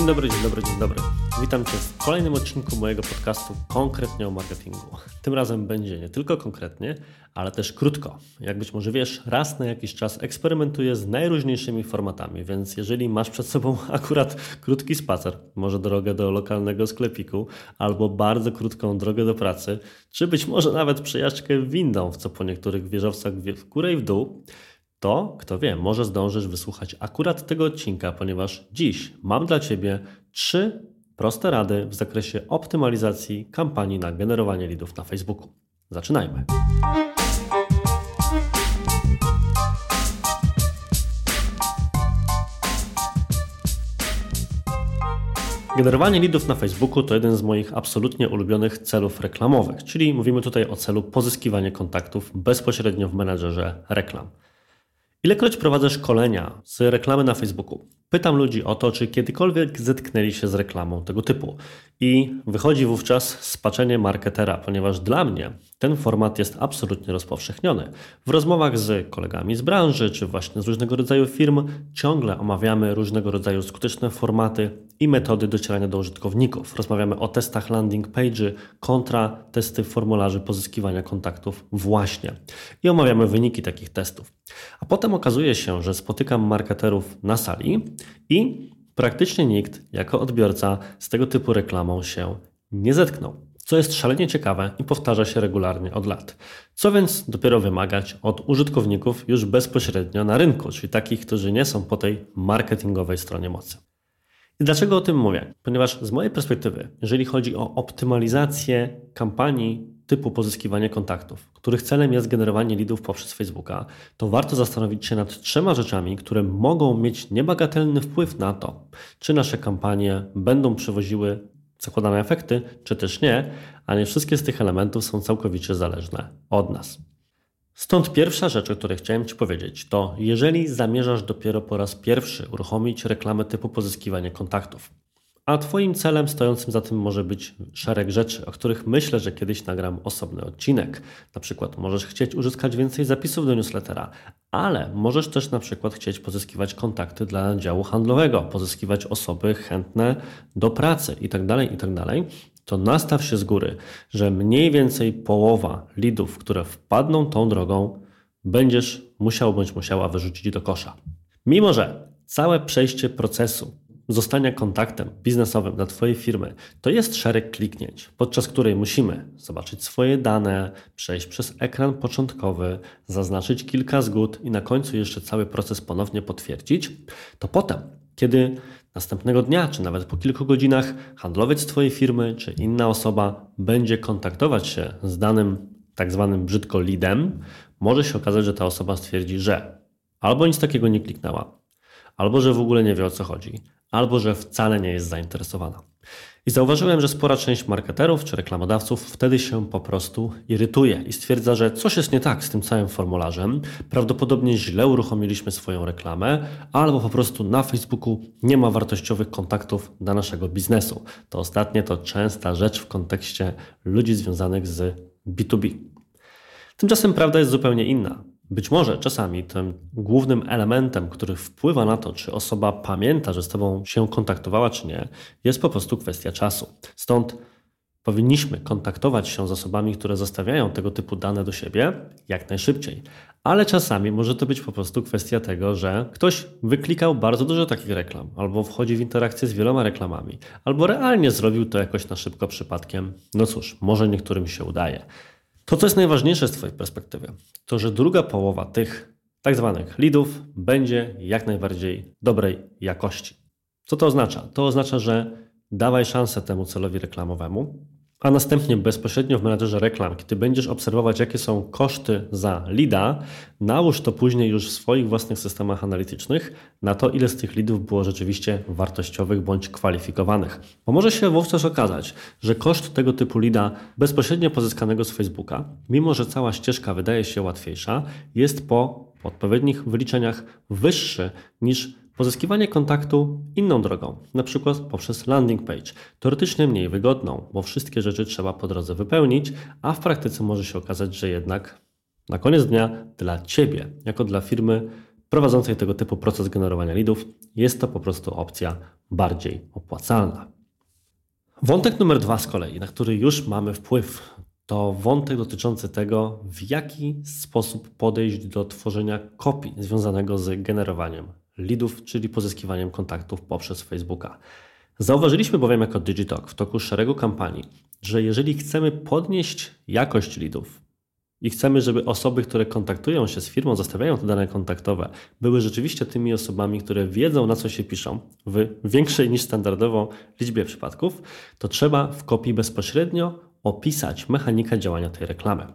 Dzień dobry. Witam Cię w kolejnym odcinku mojego podcastu Konkretnie o marketingu. Tym razem będzie nie tylko konkretnie, ale też krótko. Jak być może wiesz, raz na jakiś czas eksperymentuję z najróżniejszymi formatami, więc jeżeli masz przed sobą akurat krótki spacer, może drogę do lokalnego sklepiku, albo bardzo krótką drogę do pracy, czy być może nawet przejażdżkę windą, w co po niektórych wieżowcach w górę i w dół, to, kto wie, może zdążysz wysłuchać akurat tego odcinka, ponieważ dziś mam dla Ciebie 3 proste rady w zakresie optymalizacji kampanii na generowanie leadów na Facebooku. Zaczynajmy. Generowanie leadów na Facebooku to jeden z moich absolutnie ulubionych celów reklamowych, czyli mówimy tutaj o celu pozyskiwania kontaktów bezpośrednio w menedżerze reklam. Ilekroć prowadzę szkolenia z reklamy na Facebooku, pytam ludzi o to, czy kiedykolwiek zetknęli się z reklamą tego typu. I wychodzi wówczas spaczenie marketera, ponieważ dla mnie ten format jest absolutnie rozpowszechniony. W rozmowach z kolegami z branży, czy właśnie z różnego rodzaju firm ciągle omawiamy różnego rodzaju skuteczne formaty i metody docierania do użytkowników. Rozmawiamy o testach landing page'y kontra testy formularzy pozyskiwania kontaktów właśnie. I omawiamy wyniki takich testów. A potem okazuje się, że spotykam marketerów na sali i praktycznie nikt jako odbiorca z tego typu reklamą się nie zetknął. Co jest szalenie ciekawe i powtarza się regularnie od lat. Co więc dopiero wymagać od użytkowników już bezpośrednio na rynku, czyli takich, którzy nie są po tej marketingowej stronie mocy. I dlaczego o tym mówię? Ponieważ z mojej perspektywy, jeżeli chodzi o optymalizację kampanii typu pozyskiwanie kontaktów, których celem jest generowanie leadów poprzez Facebooka, to warto zastanowić się nad 3 rzeczami, które mogą mieć niebagatelny wpływ na to, czy nasze kampanie będą przywoziły zakładane efekty, czy też nie, a nie wszystkie z tych elementów są całkowicie zależne od nas. Stąd pierwsza rzecz, o której chciałem Ci powiedzieć, to jeżeli zamierzasz dopiero po raz pierwszy uruchomić reklamę typu pozyskiwanie kontaktów, a Twoim celem stojącym za tym może być szereg rzeczy, o których myślę, że kiedyś nagram osobny odcinek. Na przykład możesz chcieć uzyskać więcej zapisów do newslettera, ale możesz też na przykład chcieć pozyskiwać kontakty dla działu handlowego, pozyskiwać osoby chętne do pracy itd., to nastaw się z góry, że mniej więcej połowa leadów, które wpadną tą drogą, będziesz musiał bądź musiała wyrzucić do kosza. Mimo że całe przejście procesu zostania kontaktem biznesowym dla Twojej firmy to jest szereg kliknięć, podczas której musimy zobaczyć swoje dane, przejść przez ekran początkowy, zaznaczyć kilka zgód i na końcu jeszcze cały proces ponownie potwierdzić, to potem, kiedy następnego dnia, czy nawet po kilku godzinach handlowiec Twojej firmy, czy inna osoba będzie kontaktować się z danym tak zwanym brzydko leadem, może się okazać, że ta osoba stwierdzi, że albo nic takiego nie kliknęła, albo że w ogóle nie wie o co chodzi, albo że wcale nie jest zainteresowana. I zauważyłem, że spora część marketerów czy reklamodawców wtedy się po prostu irytuje i stwierdza, że coś jest nie tak z tym całym formularzem, prawdopodobnie źle uruchomiliśmy swoją reklamę, albo po prostu na Facebooku nie ma wartościowych kontaktów dla naszego biznesu. To ostatnie to częsta rzecz w kontekście ludzi związanych z B2B. Tymczasem prawda jest zupełnie inna. Być może czasami tym głównym elementem, który wpływa na to, czy osoba pamięta, że z Tobą się kontaktowała, czy nie, jest po prostu kwestia czasu. Stąd powinniśmy kontaktować się z osobami, które zostawiają tego typu dane do siebie jak najszybciej. Ale czasami może to być po prostu kwestia tego, że ktoś wyklikał bardzo dużo takich reklam, albo wchodzi w interakcję z wieloma reklamami, albo realnie zrobił to jakoś na szybko przypadkiem. No cóż, może niektórym się udaje. To, co jest najważniejsze z Twojej perspektywy, to że druga połowa tych tak zwanych leadów będzie jak najbardziej dobrej jakości. Co to oznacza? To oznacza, że dawaj szansę temu celowi reklamowemu, a następnie bezpośrednio w menedżerze reklam, kiedy będziesz obserwować, jakie są koszty za leada, nałóż to później już w swoich własnych systemach analitycznych na to, ile z tych leadów było rzeczywiście wartościowych bądź kwalifikowanych. Bo może się wówczas okazać, że koszt tego typu leada bezpośrednio pozyskanego z Facebooka, mimo że cała ścieżka wydaje się łatwiejsza, jest po odpowiednich wyliczeniach wyższy niż pozyskiwanie kontaktu inną drogą, na przykład poprzez landing page, teoretycznie mniej wygodną, bo wszystkie rzeczy trzeba po drodze wypełnić, a w praktyce może się okazać, że jednak na koniec dnia dla Ciebie, jako dla firmy prowadzącej tego typu proces generowania leadów jest to po prostu opcja bardziej opłacalna. Wątek numer 2 z kolei, na który już mamy wpływ, to wątek dotyczący tego, w jaki sposób podejść do tworzenia kopii związanego z generowaniem leadów, czyli pozyskiwaniem kontaktów poprzez Facebooka. Zauważyliśmy bowiem jako Digitalk w toku szeregu kampanii, że jeżeli chcemy podnieść jakość leadów i chcemy, żeby osoby, które kontaktują się z firmą, zostawiają te dane kontaktowe, były rzeczywiście tymi osobami, które wiedzą, na co się piszą, w większej niż standardowo liczbie przypadków, to trzeba w kopii bezpośrednio opisać mechanikę działania tej reklamy.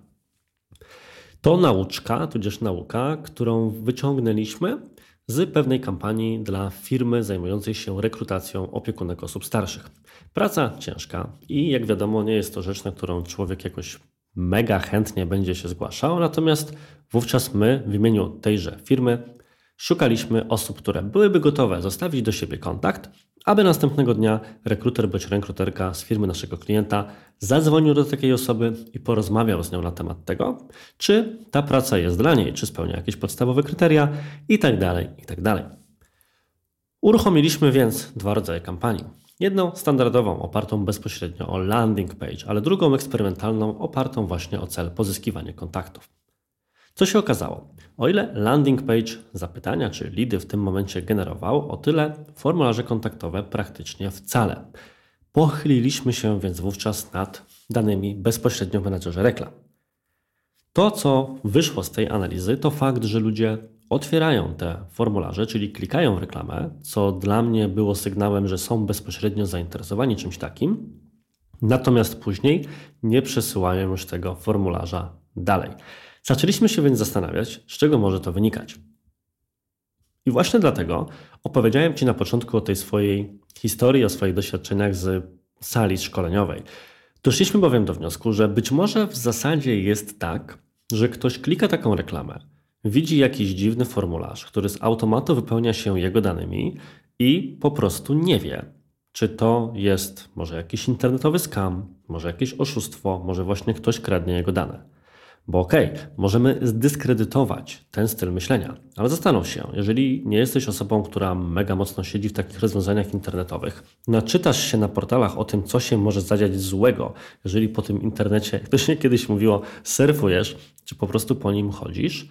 To nauczka, tudzież nauka, którą wyciągnęliśmy z pewnej kampanii dla firmy zajmującej się rekrutacją opiekunek osób starszych. Praca ciężka i jak wiadomo nie jest to rzecz, na którą człowiek jakoś mega chętnie będzie się zgłaszał, natomiast wówczas my w imieniu tejże firmy szukaliśmy osób, które byłyby gotowe zostawić do siebie kontakt, aby następnego dnia rekruter bądź rekruterka z firmy naszego klienta zadzwonił do takiej osoby i porozmawiał z nią na temat tego, czy ta praca jest dla niej, czy spełnia jakieś podstawowe kryteria itd. itd. Uruchomiliśmy więc 2 rodzaje kampanii. Jedną standardową, opartą bezpośrednio o landing page, ale drugą eksperymentalną, opartą właśnie o cel pozyskiwania kontaktów. Co się okazało? O ile landing page zapytania czy leady w tym momencie generował, o tyle formularze kontaktowe praktycznie wcale. Pochyliliśmy się więc wówczas nad danymi bezpośrednio w menedżerze reklam. To, co wyszło z tej analizy, to fakt, że ludzie otwierają te formularze, czyli klikają w reklamę, co dla mnie było sygnałem, że są bezpośrednio zainteresowani czymś takim, natomiast później nie przesyłają już tego formularza dalej. Zaczęliśmy się więc zastanawiać, z czego może to wynikać. I właśnie dlatego opowiedziałem Ci na początku o tej swojej historii, o swoich doświadczeniach z sali szkoleniowej. Doszliśmy bowiem do wniosku, że być może w zasadzie jest tak, że ktoś klika taką reklamę, widzi jakiś dziwny formularz, który z automatu wypełnia się jego danymi i po prostu nie wie, czy to jest może jakiś internetowy scam, może jakieś oszustwo, może właśnie ktoś kradnie jego dane. Bo możemy zdyskredytować ten styl myślenia, ale zastanów się, jeżeli nie jesteś osobą, która mega mocno siedzi w takich rozwiązaniach internetowych, naczytasz się na portalach o tym, co się może zadziać złego, jeżeli po tym internecie, jak to się kiedyś mówiło, surfujesz, czy po prostu po nim chodzisz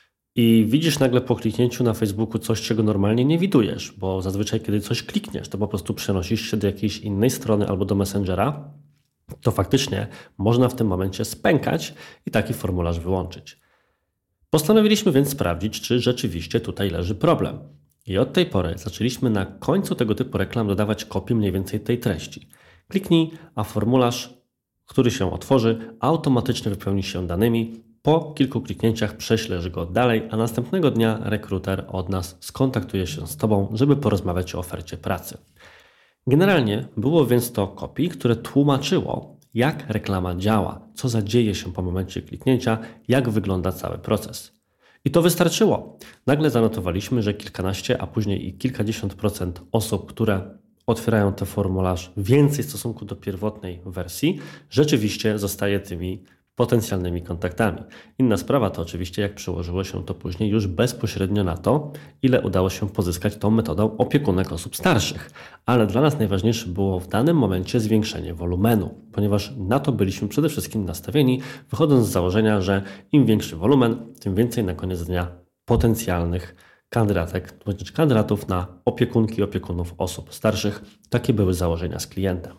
i widzisz nagle po kliknięciu na Facebooku coś, czego normalnie nie widujesz, bo zazwyczaj kiedy coś klikniesz, to po prostu przenosisz się do jakiejś innej strony albo do Messengera, to faktycznie można w tym momencie spękać i taki formularz wyłączyć. Postanowiliśmy więc sprawdzić, czy rzeczywiście tutaj leży problem. I od tej pory zaczęliśmy na końcu tego typu reklam dodawać kopię mniej więcej tej treści. Kliknij, a formularz, który się otworzy, automatycznie wypełni się danymi. Po kilku kliknięciach prześlesz go dalej, a następnego dnia rekruter od nas skontaktuje się z Tobą, żeby porozmawiać o ofercie pracy. Generalnie było więc to copy, które tłumaczyło, jak reklama działa, co zadzieje się po momencie kliknięcia, jak wygląda cały proces. I to wystarczyło. Nagle zanotowaliśmy, że kilkanaście, a później i kilkadziesiąt procent osób, które otwierają ten formularz więcej w stosunku do pierwotnej wersji, rzeczywiście zostaje tymi potencjalnymi kontaktami. Inna sprawa to oczywiście, jak przełożyło się to później już bezpośrednio na to, ile udało się pozyskać tą metodą opiekunek osób starszych. Ale dla nas najważniejsze było w danym momencie zwiększenie wolumenu, ponieważ na to byliśmy przede wszystkim nastawieni, wychodząc z założenia, że im większy wolumen, tym więcej na koniec dnia potencjalnych kandydatek, bądź kandydatów na opiekunki, opiekunów osób starszych. Takie były założenia z klientem.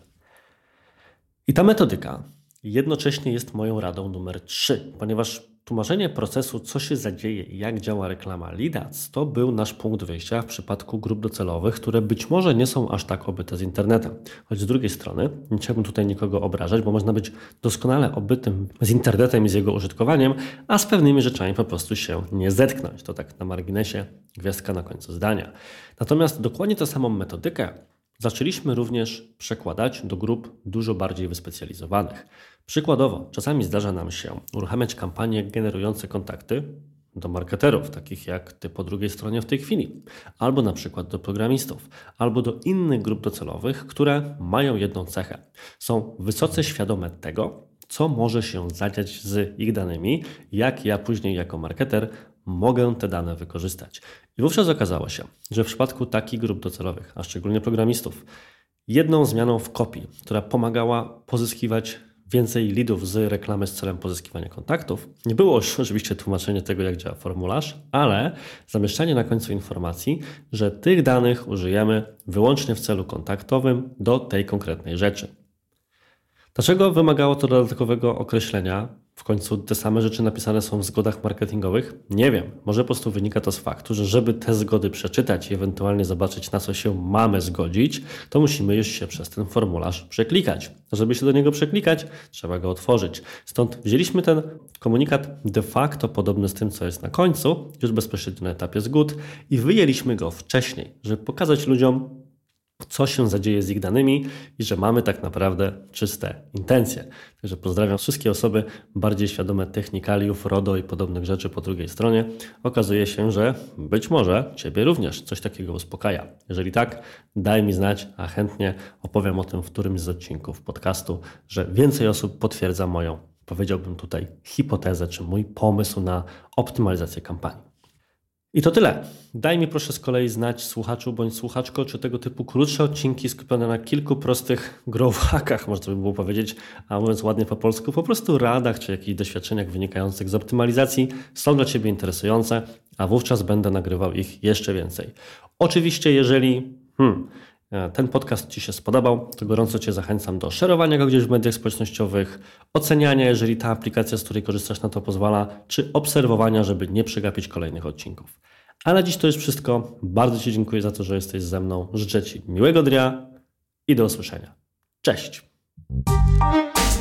I ta metodyka jednocześnie jest moją radą numer 3, ponieważ tłumaczenie procesu, co się zadzieje i jak działa reklama Lead Ads, to był nasz punkt wyjścia w przypadku grup docelowych, które być może nie są aż tak obyte z internetem. Choć z drugiej strony, nie chciałbym tutaj nikogo obrażać, bo można być doskonale obytym z internetem i z jego użytkowaniem, a z pewnymi rzeczami po prostu się nie zetknąć. To tak na marginesie, gwiazdka na końcu zdania. Natomiast dokładnie tę samą metodykę zaczęliśmy również przekładać do grup dużo bardziej wyspecjalizowanych. Przykładowo, czasami zdarza nam się uruchamiać kampanie generujące kontakty do marketerów, takich jak ty po drugiej stronie w tej chwili, albo na przykład do programistów, albo do innych grup docelowych, które mają jedną cechę. Są wysoce świadome tego, co może się zadziać z ich danymi, jak ja później jako marketer mogę te dane wykorzystać. I wówczas okazało się, że w przypadku takich grup docelowych, a szczególnie programistów, jedną zmianą w kopii, która pomagała pozyskiwać więcej leadów z reklamy z celem pozyskiwania kontaktów, nie było już oczywiście tłumaczenie tego, jak działa formularz, ale zamieszczanie na końcu informacji, że tych danych użyjemy wyłącznie w celu kontaktowym do tej konkretnej rzeczy. Dlaczego wymagało to dodatkowego określenia? W końcu te same rzeczy napisane są w zgodach marketingowych? Nie wiem. Może po prostu wynika to z faktu, że żeby te zgody przeczytać i ewentualnie zobaczyć, na co się mamy zgodzić, to musimy już się przez ten formularz przeklikać. A żeby się do niego przeklikać, trzeba go otworzyć. Stąd wzięliśmy ten komunikat de facto podobny z tym, co jest na końcu, już bezpośrednio na etapie zgód i wyjęliśmy go wcześniej, żeby pokazać ludziom, co się zadzieje z ich danymi i że mamy tak naprawdę czyste intencje. Także pozdrawiam wszystkie osoby bardziej świadome technikaliów, RODO i podobnych rzeczy po drugiej stronie. Okazuje się, że być może Ciebie również coś takiego uspokaja. Jeżeli tak, daj mi znać, a chętnie opowiem o tym w którymś z odcinków podcastu, że więcej osób potwierdza moją, powiedziałbym tutaj, hipotezę czy mój pomysł na optymalizację kampanii. I to tyle. Daj mi proszę z kolei znać, słuchaczu bądź słuchaczko, czy tego typu krótsze odcinki skupione na kilku prostych growth hackach, można by było powiedzieć, a mówiąc ładnie po polsku, po prostu radach czy jakichś doświadczeniach wynikających z optymalizacji są dla Ciebie interesujące, a wówczas będę nagrywał ich jeszcze więcej. Oczywiście, jeżeli ten podcast Ci się spodobał, to gorąco Cię zachęcam do szerowania go gdzieś w mediach społecznościowych, oceniania, jeżeli ta aplikacja, z której korzystasz, na to pozwala, czy obserwowania, żeby nie przegapić kolejnych odcinków. A na dziś to już wszystko. Bardzo Ci dziękuję za to, że jesteś ze mną. Życzę Ci miłego dnia i do usłyszenia. Cześć!